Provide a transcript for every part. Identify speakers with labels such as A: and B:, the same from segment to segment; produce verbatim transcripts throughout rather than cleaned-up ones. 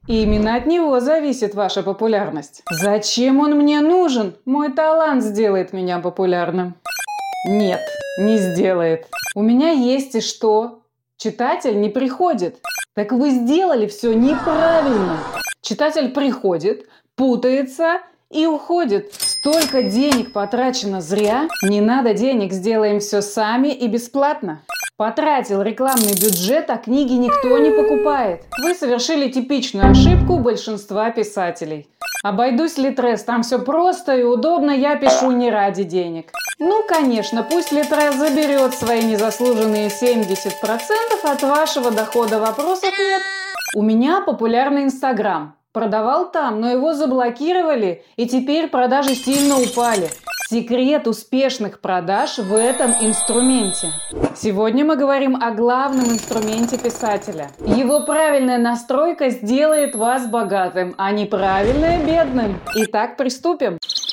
A: И именно от него зависит ваша популярность. Зачем он мне нужен? Мой талант сделает меня популярным. Нет, не сделает. У меня есть и что? Читатель не приходит. Так вы сделали все неправильно. Читатель приходит, путается и уходит. Столько денег потрачено зря. Не надо денег, сделаем все сами и бесплатно. Потратил рекламный бюджет, а книги никто не покупает. Вы совершили типичную ошибку большинства писателей. Обойдусь Литрес, там все просто и удобно, я пишу не ради денег. Ну, конечно, пусть Литрес заберет свои незаслуженные семьдесят процентов от вашего дохода, вопросов нет. У меня популярный Инстаграм. Продавал там, но его заблокировали, и теперь продажи сильно упали. Секрет успешных продаж в этом инструменте. Сегодня мы говорим о главном инструменте писателя. Его правильная настройка сделает вас богатым, а неправильная – бедным. Итак, приступим.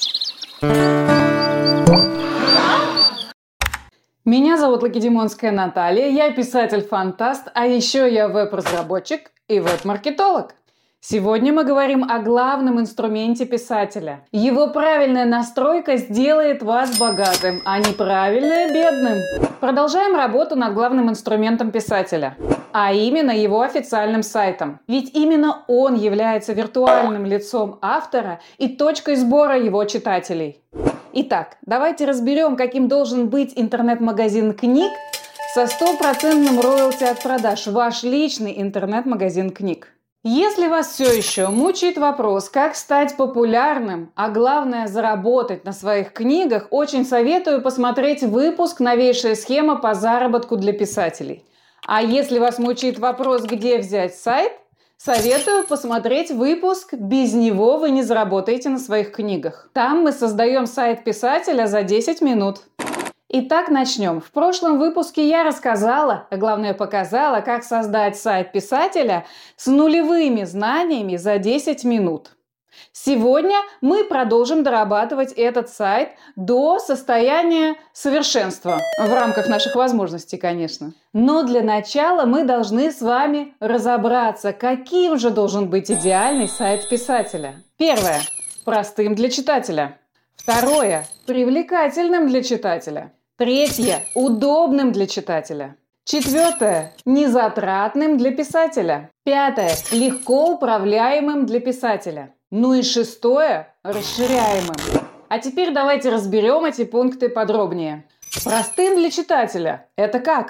A: Меня зовут Лакедемонская Наталья, я писатель-фантаст, а еще я веб-разработчик и веб-маркетолог. Сегодня мы говорим о главном инструменте писателя. Его правильная настройка сделает вас богатым, а неправильная – бедным. Продолжаем работу над главным инструментом писателя, а именно его официальным сайтом. Ведь именно он является виртуальным лицом автора и точкой сбора его читателей. Итак, давайте разберем, каким должен быть интернет-магазин книг со стопроцентным роялти от продаж, ваш личный интернет-магазин книг. Если вас все еще мучает вопрос, как стать популярным, а главное заработать на своих книгах, очень советую посмотреть выпуск «Новейшая схема по заработку для писателей». А если вас мучает вопрос, где взять сайт, советую посмотреть выпуск «Без него вы не заработаете на своих книгах». Там мы создаем сайт писателя за десять минут. Итак, начнем. В прошлом выпуске я рассказала, а главное показала, как создать сайт писателя с нулевыми знаниями за десять минут. Сегодня мы продолжим дорабатывать этот сайт до состояния совершенства, в рамках наших возможностей, конечно. Но для начала мы должны с вами разобраться, каким же должен быть идеальный сайт писателя. Первое. Простым для читателя. Второе. Привлекательным для читателя. Третье. Удобным для читателя. Четвертое. Незатратным для писателя. Пятое. Легко управляемым для писателя. Ну и шестое. Расширяемым. А теперь давайте разберем эти пункты подробнее. Простым для читателя. Это как?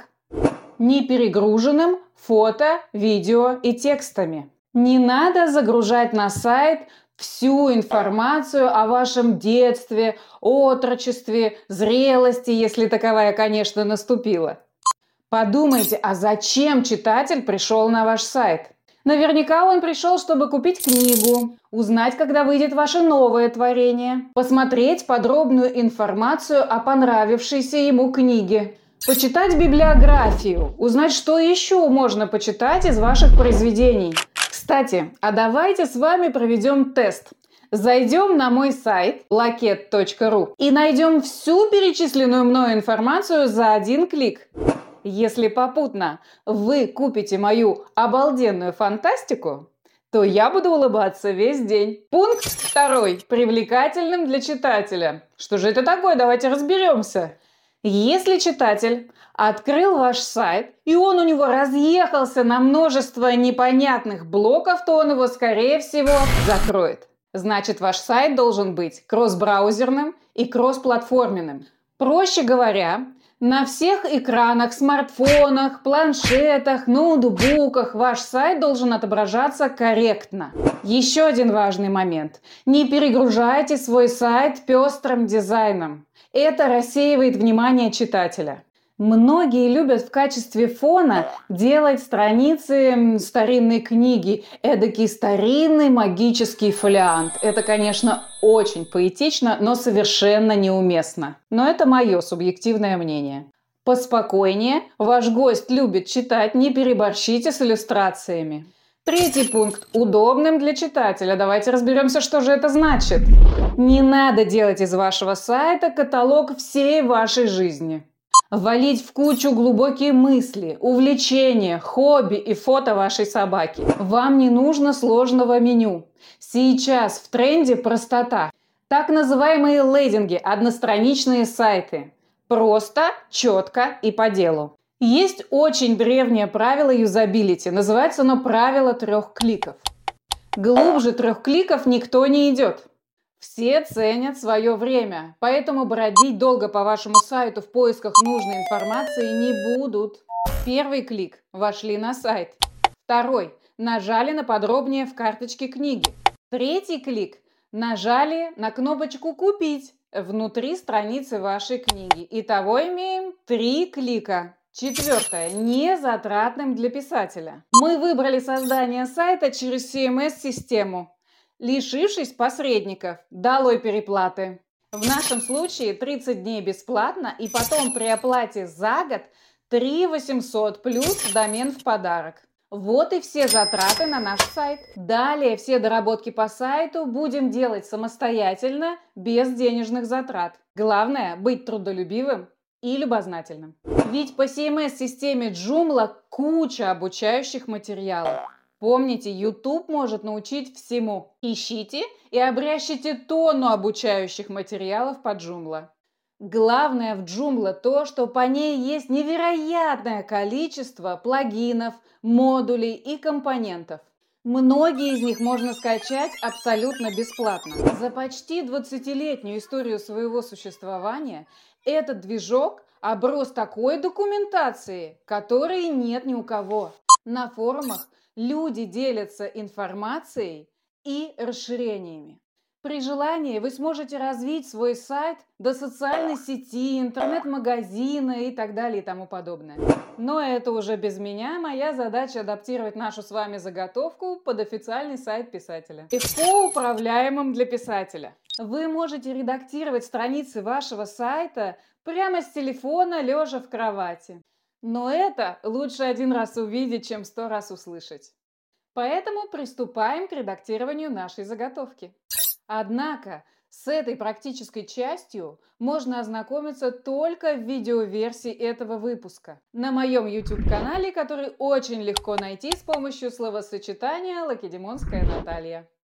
A: Не перегруженным фото, видео и текстами. Не надо загружать на сайт всю информацию о вашем детстве, отрочестве, зрелости, если таковая, конечно, наступила. Подумайте, а зачем читатель пришел на ваш сайт? Наверняка он пришел, чтобы купить книгу, узнать, когда выйдет ваше новое творение, посмотреть подробную информацию о понравившейся ему книге, почитать библиографию, узнать, что еще можно почитать из ваших произведений. Кстати, а давайте с вами проведем тест. Зайдем на мой сайт лакед точка ру и найдем всю перечисленную мною информацию за один клик. Если попутно вы купите мою обалденную фантастику, то я буду улыбаться весь день. Пункт второй. Привлекательным для читателя. Что же это такое? Давайте разберемся. Если читатель открыл ваш сайт, и он у него разъехался на множество непонятных блоков, то он его, скорее всего, закроет. Значит, ваш сайт должен быть кросс-браузерным и кросс-платформенным. Проще говоря, на всех экранах, смартфонах, планшетах, ноутбуках ваш сайт должен отображаться корректно. Еще один важный момент. Не перегружайте свой сайт пестрым дизайном. Это рассеивает внимание читателя. Многие любят в качестве фона делать страницы старинной книги, эдакий старинный магический фолиант. Это, конечно, очень поэтично, но совершенно неуместно. Но это мое субъективное мнение. Поспокойнее, ваш гость любит читать, не переборщите с иллюстрациями. Третий пункт. Удобным для читателя. Давайте разберемся, что же это значит. Не надо делать из вашего сайта каталог всей вашей жизни. Валить в кучу глубокие мысли, увлечения, хобби и фото вашей собаки. Вам не нужно сложного меню. Сейчас в тренде простота. Так называемые лендинги, одностраничные сайты. Просто, четко и по делу. Есть очень древнее правило юзабилити. Называется оно правило трех кликов. Глубже трех кликов никто не идет. Все ценят свое время, поэтому бродить долго по вашему сайту в поисках нужной информации не будут. Первый клик – вошли на сайт. Второй – нажали на подробнее в карточке книги. Третий клик – нажали на кнопочку «Купить» внутри страницы вашей книги. Итого имеем три клика. Четвертое. Незатратным для писателя. Мы выбрали создание сайта через си эм эс-систему. Лишившись посредников, долой переплаты. В нашем случае тридцать дней бесплатно и потом при оплате за год три тысячи восемьсот плюс домен в подарок. Вот и все затраты на наш сайт. Далее все доработки по сайту будем делать самостоятельно, без денежных затрат. Главное быть трудолюбивым и любознательным. Ведь по си эм эс-системе Joomla куча обучающих материалов. Помните, YouTube может научить всему. Ищите и обрящите тонну обучающих материалов по Joomla. Главное в Joomla то, что по ней есть невероятное количество плагинов, модулей и компонентов. Многие из них можно скачать абсолютно бесплатно. За почти двадцатилетнюю историю своего существования этот движок оброс такой документацией, которой нет ни у кого. На форумах люди делятся информацией и расширениями. При желании вы сможете развить свой сайт до социальной сети, интернет-магазина и так далее и тому подобное. Но это уже без меня. Моя задача адаптировать нашу с вами заготовку под официальный сайт писателя. Легко управляемым для писателя. Вы можете редактировать страницы вашего сайта прямо с телефона, лежа в кровати. Но это лучше один раз увидеть, чем сто раз услышать. Поэтому приступаем к редактированию нашей заготовки. Однако с этой практической частью можно ознакомиться только в видеоверсии этого выпуска на моем YouTube-канале, который очень легко найти с помощью словосочетания «Лакедемонская Наталья».